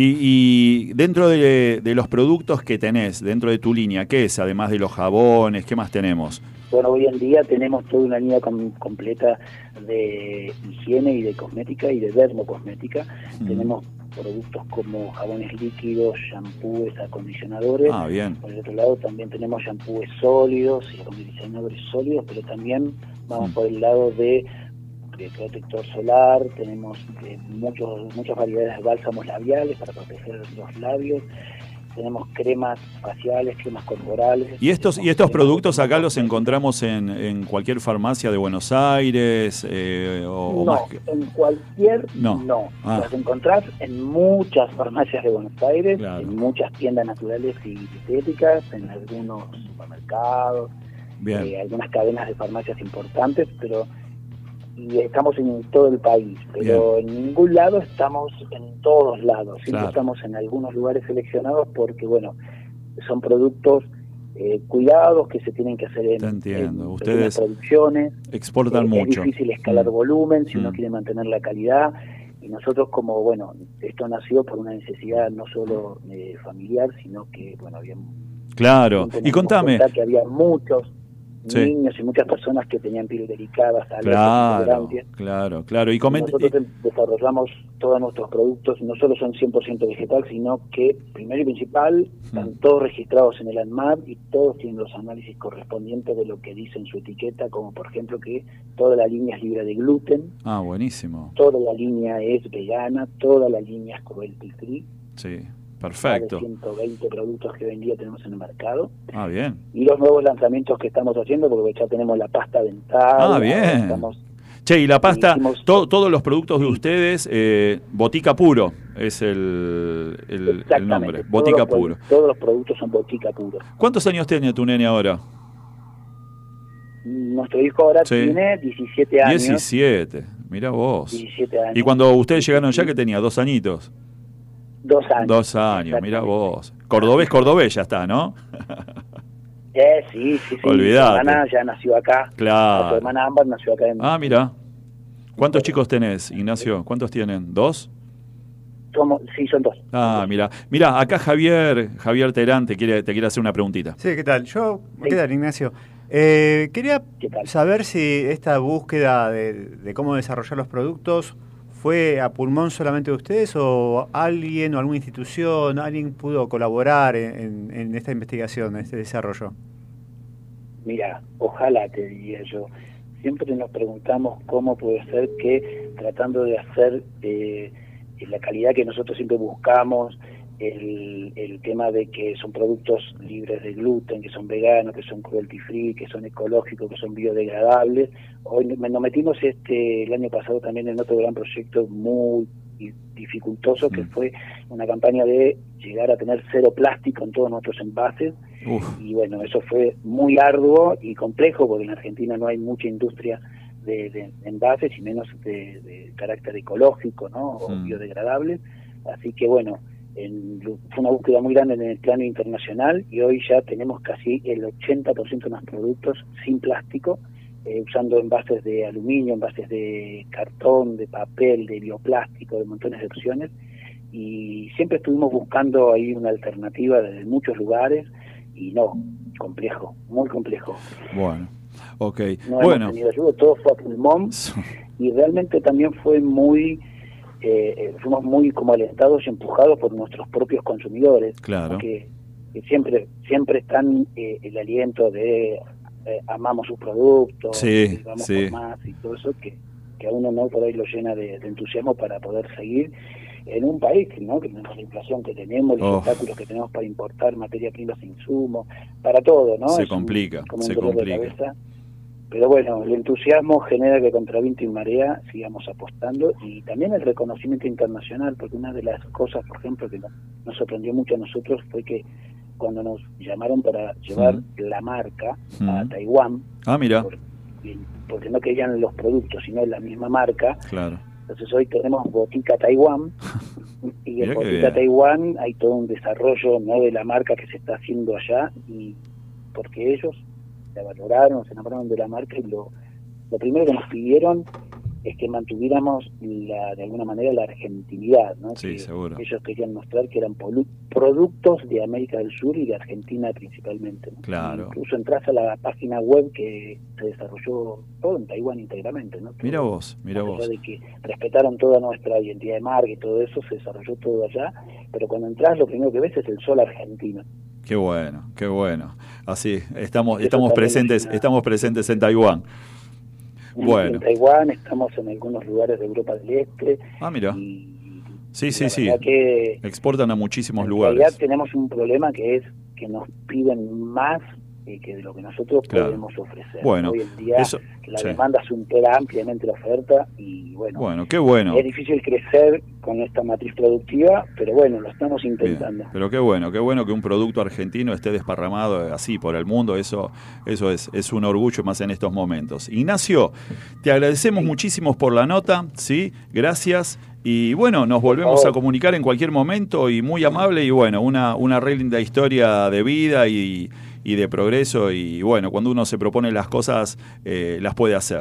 Y dentro de los productos que tenés, dentro de tu línea, ¿qué es? Además de los jabones, ¿qué más tenemos? Bueno, hoy en día tenemos toda una línea completa de higiene y de cosmética y de dermocosmética. Tenemos productos como jabones líquidos, shampoos, acondicionadores. Bien. Por el otro lado también tenemos shampoos sólidos y acondicionadores sólidos, pero también vamos por el lado de protector solar. Tenemos muchas variedades de bálsamos labiales para proteger los labios. Tenemos cremas faciales, cremas corporales. ¿Y estos productos acá los encontramos en cualquier farmacia de Buenos Aires? No, más que... en cualquier no. Los encontrás en muchas farmacias de Buenos Aires, en muchas tiendas naturales y dietéticas, en algunos supermercados, algunas cadenas de farmacias importantes, y estamos en todo el país, pero en ningún lado estamos en todos lados, siempre estamos en algunos lugares seleccionados porque, son productos cuidados que se tienen que hacer en ustedes producciones. Exportan mucho. Es difícil escalar volumen si uno quiere mantener la calidad, y nosotros esto nació por una necesidad no solo familiar, sino que, había... Claro, y contame... Que había muchos niños y muchas personas que tenían piel delicada, Claro. Y nosotros desarrollamos todos nuestros productos, no solo son 100% vegetal, sino que, primero y principal, están todos registrados en el ANMAT y todos tienen los análisis correspondientes de lo que dice en su etiqueta, como por ejemplo que toda la línea es libre de gluten. Buenísimo. Toda la línea es vegana, toda la línea es cruelty free. Sí. Perfecto. Más de 120 productos que hoy en día tenemos en el mercado. Bien. Y los nuevos lanzamientos que estamos haciendo, porque ya tenemos la pasta dental. Bien. Y la pasta, todos los productos de ustedes, Botica Puro es el nombre. Botica Puro. Todos los productos son Botica Puro. ¿Cuántos años tiene tu nene ahora? Nuestro hijo ahora tiene 17 años. 17, mira vos. 17 años. Y cuando ustedes llegaron ya, que tenía 2 añitos. 2 años. 2 años, mira vos. Cordobés ya está, ¿no? Sí. Olvidate. Mi hermana ya nació acá. Claro. Tu hermana Ámbar nació acá. Mira. ¿Cuántos chicos tenés, Ignacio? ¿Cuántos tienen? ¿2? Son 2. Mira, acá Javier Terán te quiere hacer una preguntita. Sí, ¿qué tal? ¿Qué tal, Ignacio? Quería saber si esta búsqueda de cómo desarrollar los productos ¿fue a pulmón solamente de ustedes o alguien o alguna institución, alguien pudo colaborar en esta investigación, en este desarrollo? Mira, ojalá, te diría yo. Siempre nos preguntamos cómo puede ser que, tratando de hacer la calidad que nosotros siempre buscamos, el tema de que son productos libres de gluten, que son veganos, que son cruelty free, que son ecológicos, que son biodegradables. Hoy nos metimos el año pasado también en otro gran proyecto muy dificultoso, que fue una campaña de llegar a tener 0 plástico en todos nuestros envases. Y eso fue muy arduo y complejo, porque en Argentina no hay mucha industria de envases y menos de carácter ecológico, ¿no? O biodegradable. Así que fue una búsqueda muy grande en el plano internacional, y hoy ya tenemos casi el 80% de los productos sin plástico, usando envases de aluminio, envases de cartón, de papel, de bioplástico, de montones de opciones, y siempre estuvimos buscando ahí una alternativa desde muchos lugares, y complejo, muy complejo. Bueno, ok. No hemos tenido ayuda, todo fue a pulmón, y realmente también fue fuimos muy como alentados y empujados por nuestros propios consumidores, claro, que siempre están el aliento de amamos sus productos, vamos por más, y todo eso que a uno por ahí lo llena de entusiasmo para poder seguir. en un país ¿no? que tenemos la inflación que tenemos, los obstáculos que tenemos para importar materia prima e insumos, para todo, ¿no? Se complica. Pero bueno, el entusiasmo genera que contra viento y marea sigamos apostando, y también el reconocimiento internacional, porque una de las cosas, por ejemplo, que nos sorprendió mucho a nosotros fue que cuando nos llamaron para llevar la marca a Taiwán, mira, porque no querían los productos, sino la misma marca. Claro. Entonces hoy tenemos Botica Taiwán, y en Botica Taiwán hay todo un desarrollo, ¿no?, de la marca que se está haciendo allá, y porque ellos se valoraron, se enamoraron de la marca, y lo primero que nos pidieron es que mantuviéramos de alguna manera la argentinidad, ¿no? Sí, que seguro. Ellos querían mostrar que eran productos de América del Sur y de Argentina principalmente, ¿no? Claro. Incluso entras a la página web que se desarrolló todo en Taiwán íntegramente, ¿no? Mira vos. De que respetaron toda nuestra identidad de marca y todo eso, se desarrolló todo allá, pero cuando entras lo primero que ves es el sol argentino. Qué bueno. Así, estamos presentes en Taiwán. Bueno. En Taiwán, estamos en algunos lugares de Europa del Este. Mira. Sí. Que exportan a muchísimos lugares. En realidad tenemos un problema que es que nos piden más que de lo que nosotros podemos ofrecer. Bueno, hoy en día la demanda supera ampliamente la oferta, y bueno, qué bueno. Es difícil crecer con esta matriz productiva, pero bueno, lo estamos intentando. Bien, pero qué bueno que un producto argentino esté desparramado así por el mundo, eso es un orgullo más en estos momentos. Ignacio, te agradecemos muchísimo por la nota, ¿sí? Gracias. Y bueno, nos volvemos a comunicar en cualquier momento, y muy amable, y bueno, una re linda historia de vida y de progreso, y bueno, cuando uno se propone las cosas, las puede hacer.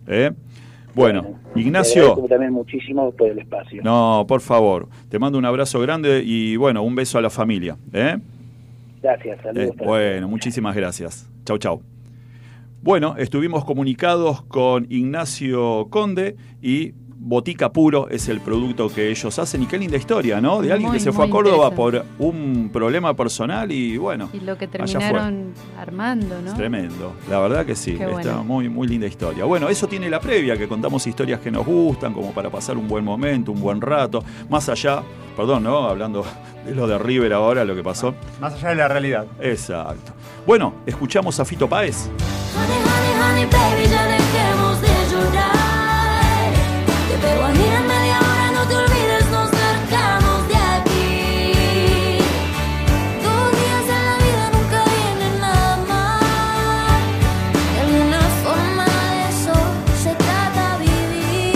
Bueno, Ignacio. Te agradezco también muchísimo por el espacio. No, por favor, te mando un abrazo grande y bueno, un beso a la familia. Gracias, saludos. Bueno, muchísimas gracias. Chau. Bueno, estuvimos comunicados con Ignacio Conde, y Botica Puro es el producto que ellos hacen, y qué linda historia, ¿no? De alguien que se fue a Córdoba por un problema personal, y bueno, y lo que terminaron armando, ¿no? Tremendo, la verdad que sí. Qué está bueno. muy linda historia. Bueno, eso tiene la previa, que contamos historias que nos gustan, como para pasar un buen momento, un buen rato, más allá, perdón, ¿no? Hablando de lo de River ahora, lo que pasó. Más allá de la realidad. Exacto. Bueno, escuchamos a Fito Páez. Honey, baby, ya dejemos de llorar. Pero aquí en media hora no te olvides, nos largamos de aquí. 2 días en la vida nunca vienen nada mal. De alguna forma de eso se trata vivir.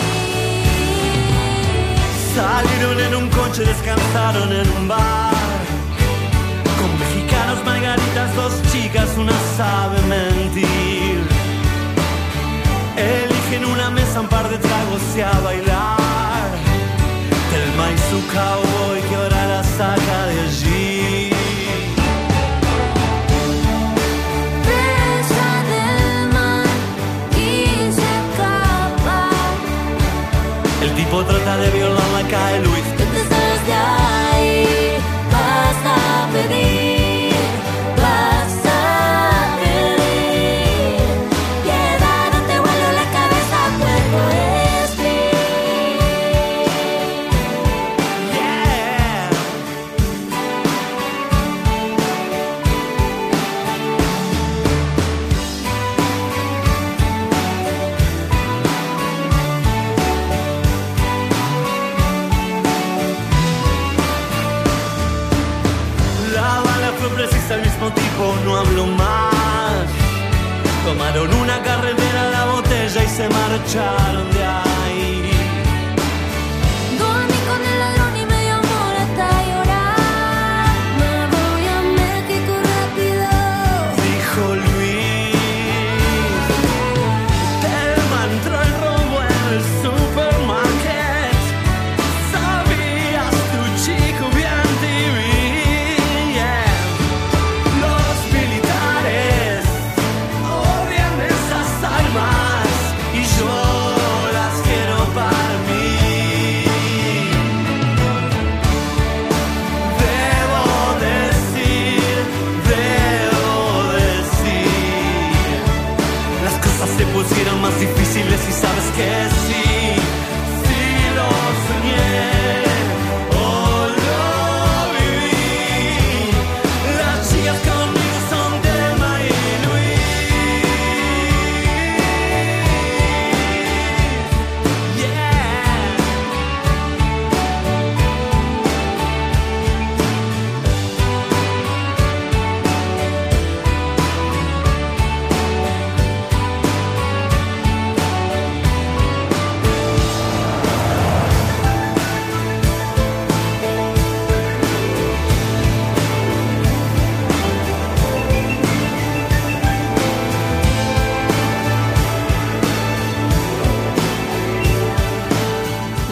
Salieron en un coche, descansaron en un bar. Con mexicanos, margaritas, 2 chicas, una sabe mentir. Eligen una mesa, un par de tragos y a bailar. Telma y su cowboy que ahora la saca de allí. Besa del mar y se escapa. El tipo trata de violarla, cae Luis. Que te sales de ahí, vas a pedir. Al mismo tipo, no hablo más. Tomaron una carretera, la botella y se marcharon de ahí. Dormí con el ladrón y me dio amor hasta llorar. Me voy a México rápido, dijo Luis. Telma entró el robo en el supermarket. Sabías tu chico bien TV. Militares odian esas almas y yo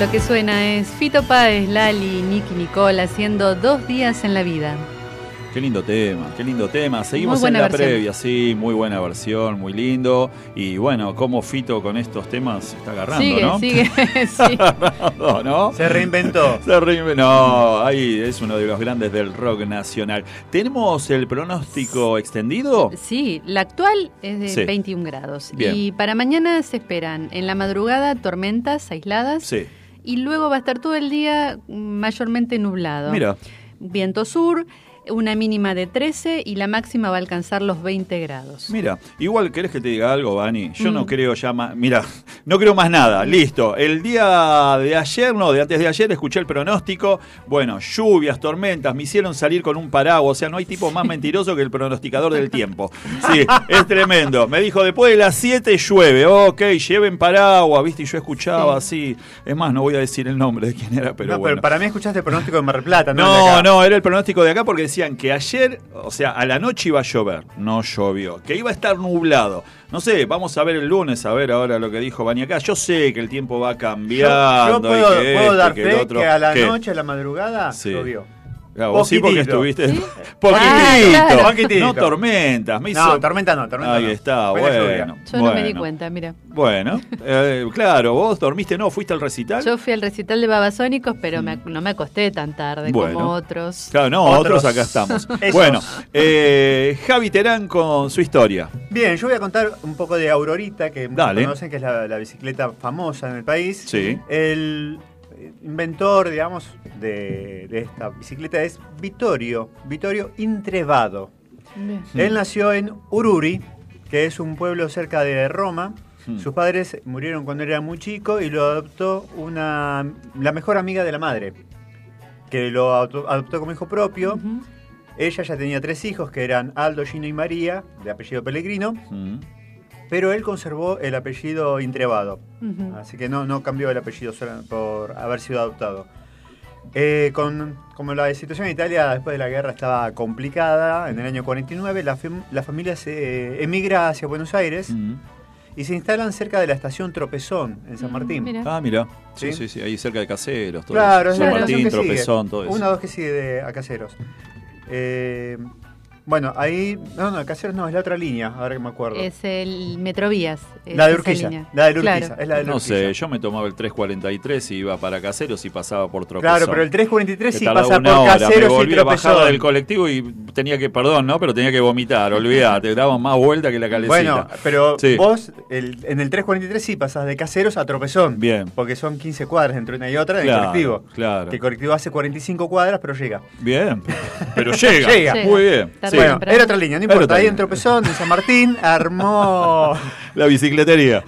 Lo que suena es Fito Páez, Lali, Nicky Nicole haciendo 2 días en la vida. Qué lindo tema. Seguimos en la previa, sí, muy buena versión, muy lindo. Y bueno, como Fito con estos temas se está agarrando, ¿no? Sigue, sí. Agarrando, ¿no? Se reinventó. No, ahí es uno de los grandes del rock nacional. ¿Tenemos el pronóstico extendido? Sí, la actual es de 21 grados. Bien. Y para mañana se esperan en la madrugada tormentas aisladas. Sí. Y luego va a estar todo el día mayormente nublado. Mira. Viento sur. Una mínima de 13 y la máxima va a alcanzar los 20 grados. Mira, igual, ¿querés que te diga algo, Vani? Yo no creo ya más... Mira, no creo más nada. Listo. El día de ayer, de antes de ayer, escuché el pronóstico. Bueno, lluvias, tormentas, me hicieron salir con un paraguas. O sea, no hay tipo más mentiroso que el pronosticador del tiempo. Sí, es tremendo. Me dijo, después de las 7 llueve. Ok, lleven paraguas, ¿viste? Y yo escuchaba así. Es más, no voy a decir el nombre de quién era, pero bueno. Pero para mí escuchaste el pronóstico de Mar del Plata, ¿no? No, era el pronóstico de acá porque decían que ayer, o sea, a la noche iba a llover, no llovió, que iba a estar nublado. No sé, vamos a ver el lunes, a ver ahora lo que dijo Bani acá. Yo sé que el tiempo va cambiando. Yo puedo dar fe que a la noche, a la madrugada, llovió. Claro, vos sí, porque estuviste. ¿Sí? Poquitito. No tormentas. Tormenta no. Ahí está, bueno. Yo no me di cuenta, mira. Bueno, claro, vos dormiste, ¿fuiste al recital? Yo fui al recital de Babasónicos, pero no me acosté tan tarde como otros. Claro, otros acá estamos. Bueno, Javi Terán con su historia. Bien, yo voy a contar un poco de Aurorita, que conocen, que es la bicicleta famosa en el país. Sí. El inventor, digamos, de esta bicicleta es Vittorio Intrevado. Bien. Él nació en Ururi, que es un pueblo cerca de Roma. Sus padres murieron cuando era muy chico y lo adoptó la mejor amiga de la madre, que lo adoptó como hijo propio. Ella ya tenía 3 hijos, que eran Aldo, Gino y María, de apellido Pellegrino. Pero él conservó el apellido Intrevado. Así que no cambió el apellido solo por haber sido adoptado. Como la situación en Italia después de la guerra estaba complicada, en el año 49 la familia se emigra hacia Buenos Aires y se instalan cerca de la estación Tropezón, en San Martín. Mira. Sí, ahí cerca de Caseros. Todo claro, eso. San Martín, Tropezón, todo eso. 2 que sigue a Caseros. Bueno, ahí... No, Caseros no, es la otra línea, ahora que me acuerdo. Es el Metrovías. La de Urquiza. La de Urquiza, claro. Es la de No sé, yo me tomaba el 343 y iba para Caseros y pasaba por Tropezón. Claro, pero el 343 sí pasa por Caseros y Tropezón. Bajaba del colectivo y tenía que, pero tenía que vomitar, olvídate, daban más vuelta que la calecita. Bueno, pero vos en el 343 sí pasás de Caseros a Tropezón. Bien. Porque son 15 cuadras entre una y otra del colectivo. Claro. Que el colectivo hace 45 cuadras, pero llega. Bien, pero llega. Muy bien. Sí. Bueno, era otra línea, no importa. Ahí en Tropezón, en San Martín, armó la bicicletería.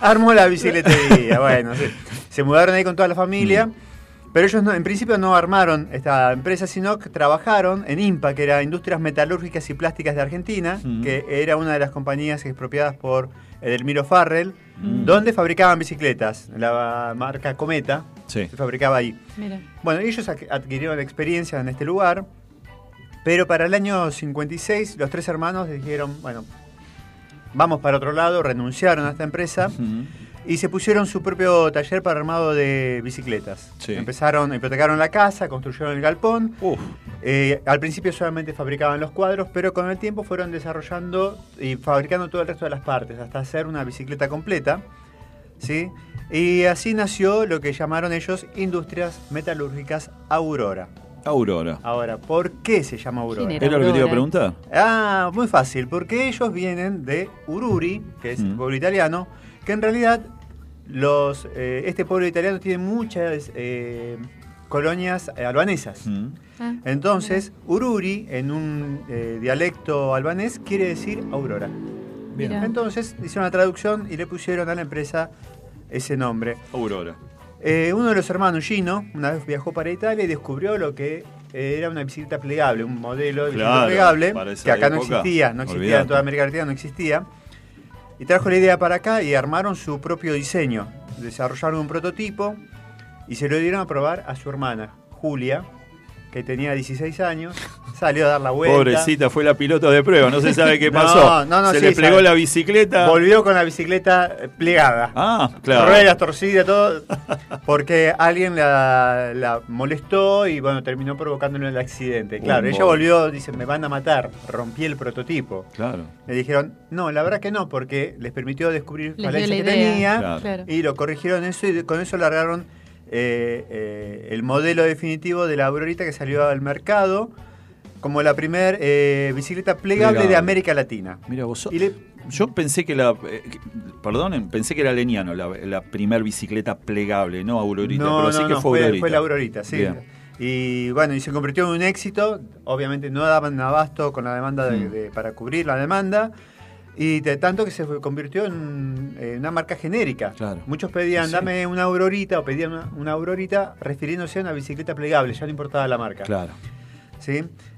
Bueno, sí. Se mudaron ahí con toda la familia. Pero ellos en principio no armaron esta empresa, sino que trabajaron en IMPA, que era Industrias Metalúrgicas y Plásticas de Argentina, que era una de las compañías expropiadas por Edelmiro Farrell, donde fabricaban bicicletas. La marca Cometa se fabricaba ahí. Mira. Bueno, ellos adquirieron experiencia en este lugar. Pero para el año 56, los 3 hermanos dijeron, bueno, vamos para otro lado, renunciaron a esta empresa y se pusieron su propio taller para armado de bicicletas. Hipotecaron la casa, construyeron el galpón. Al principio solamente fabricaban los cuadros, pero con el tiempo fueron desarrollando y fabricando todo el resto de las partes, hasta hacer una bicicleta completa. ¿Sí? Y así nació lo que llamaron ellos Industrias Metalúrgicas Aurora. Ahora, ¿por qué se llama Aurora? ¿Era lo que te iba a preguntar? Muy fácil, porque ellos vienen de Ururi, que es el pueblo italiano, que en realidad este pueblo italiano tiene muchas colonias albanesas. Entonces, Ururi, en un dialecto albanés, quiere decir aurora. Bien. Entonces, hicieron la traducción y le pusieron a la empresa ese nombre. Aurora. Uno de los hermanos, Gino, una vez viajó para Italia y descubrió lo que era una bicicleta plegable, un modelo de bicicleta plegable, que acá no existía en toda América Latina, no existía. Y trajo la idea para acá y armaron su propio diseño. Desarrollaron un prototipo y se lo dieron a probar a su hermana, Julia, que tenía 16 años. salió a dar la vuelta. Pobrecita, fue la piloto de prueba, no se sabe qué pasó. Se le plegó la bicicleta. Volvió con la bicicleta plegada. Ah, claro. Ruedas torcidas, todo. Porque alguien la molestó y bueno, terminó provocándole el accidente. Claro, ella volvió, dice, me van a matar, rompí el prototipo. Claro. Le dijeron, no, la verdad que no, porque les permitió descubrir falencias que tenía, claro. Y lo corrigieron eso y con eso largaron el modelo definitivo de la Aurorita, que salió al mercado como la primer bicicleta plegable de América Latina. Mira, vos yo pensé que pensé que era Leniano la primer bicicleta plegable, no Aurorita, pero sí que fue Aurorita. Fue la Aurorita, sí. Bien. Y bueno, y se convirtió en un éxito. Obviamente no daban abasto con la demanda para cubrir la demanda. Y de tanto que se convirtió en una marca genérica. Claro. Muchos pedían, dame una Aurorita, o pedían una Aurorita refiriéndose a una bicicleta plegable, ya no importaba la marca. Claro. ¿Sí?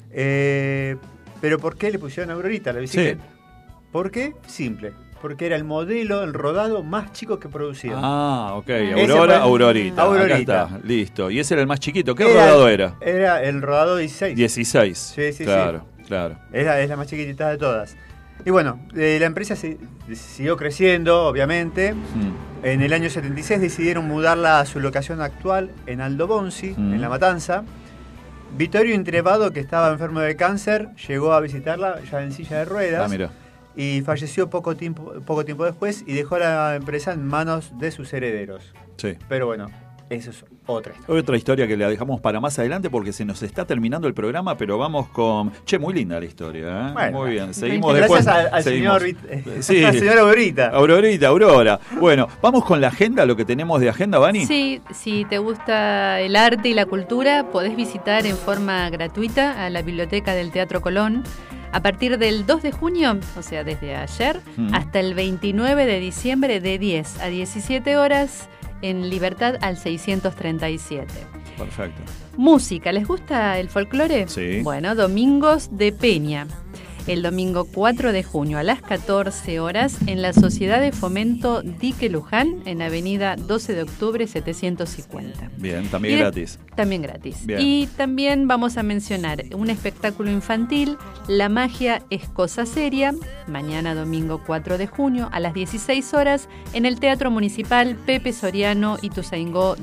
Pero ¿por qué le pusieron Aurorita a la bicicleta? Sí. ¿Por qué? Simple. Porque era el modelo, el rodado más chico que producían. Ah, ok. Aurorita. Acá está, listo. Y ese era el más chiquito. ¿Qué rodado era? Era el rodado 16. 16. Sí. Claro. Es la más chiquitita de todas. Y bueno, la empresa siguió creciendo, obviamente. En el año 76 decidieron mudarla a su locación actual en Aldo Bonzi, en La Matanza. Vittorio Intrepado, que estaba enfermo de cáncer, llegó a visitarla ya en silla de ruedas. Ah, mira. Y falleció poco tiempo después y dejó la empresa en manos de sus herederos. Sí. Pero bueno, eso es otra historia. Otra historia que la dejamos para más adelante porque se nos está terminando el programa, pero vamos con... muy linda la historia, ¿eh? Bueno, muy bien, seguimos después. Gracias al señor Aurorita. Aurora. Bueno, vamos con la agenda, lo que tenemos de agenda, Vani. Sí, si te gusta el arte y la cultura, podés visitar en forma gratuita a la Biblioteca del Teatro Colón. A partir del 2 de junio, o sea, desde ayer, hasta el 29 de diciembre, de 10 a 17 horas, en Libertad al 637. Perfecto. Música, ¿les gusta el folclore? Sí. Bueno, Domingos de Peña. El domingo 4 de junio a las 14 horas en la Sociedad de Fomento Dique Luján, en avenida 12 de octubre 750. Bien, también gratis. También gratis. Bien. Y también vamos a mencionar un espectáculo infantil, La magia es cosa seria, mañana domingo 4 de junio a las 16 horas en el Teatro Municipal Pepe Soriano, Ituzaingó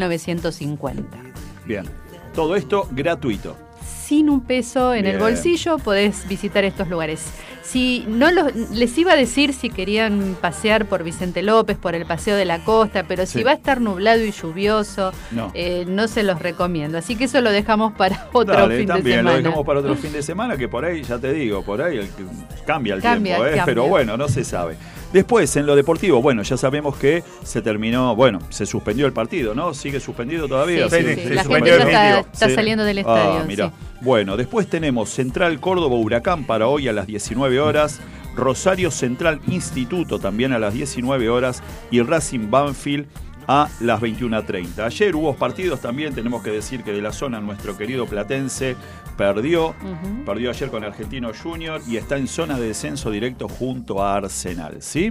2950. Bien, todo esto gratuito. Sin un peso en el bolsillo podés visitar estos lugares. Si no les iba a decir si querían pasear por Vicente López, por el Paseo de la Costa, pero si va a estar nublado y lluvioso, no se los recomiendo. Así que eso lo dejamos para otro fin de semana. También lo dejamos para otro fin de semana, que por ahí, ya te digo, por ahí cambia el tiempo, pero bueno, no se sabe. Después, en lo deportivo, bueno, ya sabemos que se terminó, se suspendió el partido, ¿no? ¿Sigue suspendido todavía? Sí. La gente ya está saliendo del estadio. Mirá. Bueno, después tenemos Central Córdoba Huracán para hoy a las 19 horas, Rosario Central Instituto también a las 19 horas y Racing Banfield a las 21:30. Ayer hubo partidos también, tenemos que decir que de la zona nuestro querido Platense perdió ayer con Argentino Junior y está en zona de descenso directo junto a Arsenal, ¿sí?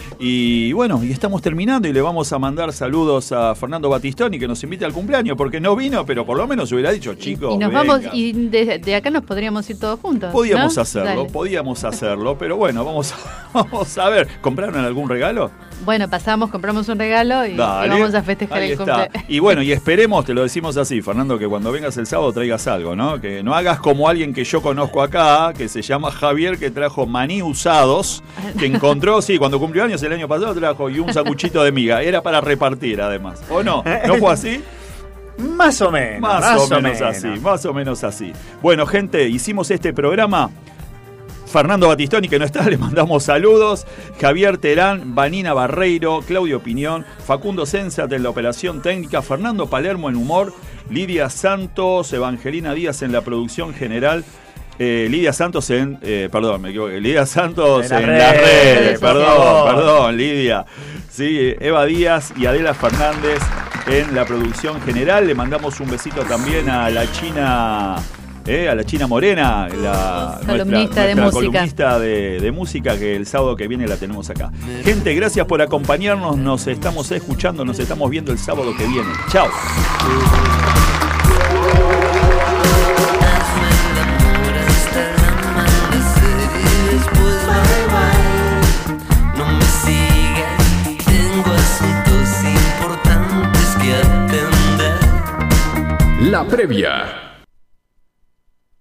Y bueno, y estamos terminando y le vamos a mandar saludos a Fernando Batistoni, que nos invita al cumpleaños, porque no vino, pero por lo menos hubiera dicho, chicos, y nos vamos, y de acá nos podríamos ir todos juntos. Podíamos ¿no? hacerlo, pero bueno, vamos a ver. ¿Compraron algún regalo? Bueno, compramos un regalo y vamos a festejar el cumpleaños. Y bueno, y esperemos, te lo decimos así, Fernando, que cuando vengas el sábado traigas algo, ¿no? Que no hagas como alguien que yo conozco acá, que se llama Javier, que trajo maní usados, que encontró, cuando cumplió años el año pasado trajo y un sanguchito de miga. Era para repartir, además. ¿O no? ¿No fue así? Más o menos. Más o menos así. Bueno, gente, hicimos este programa. Fernando Batistoni, que no está, le mandamos saludos. Javier Terán, Vanina Barreiro, Claudio Piñón, Facundo Sensat en la operación técnica, Fernando Palermo en humor, Lidia Santos, Evangelina Díaz en la producción general. Lidia Santos Lidia Santos en las redes. Perdón, Lidia. Sí, Eva Díaz y Adela Fernández en la producción general. Le mandamos un besito también a la China Morena, nuestra columnista de música, que el sábado que viene la tenemos acá. Gente, gracias por acompañarnos, nos estamos escuchando, nos estamos viendo el sábado que viene. Chao. Previa.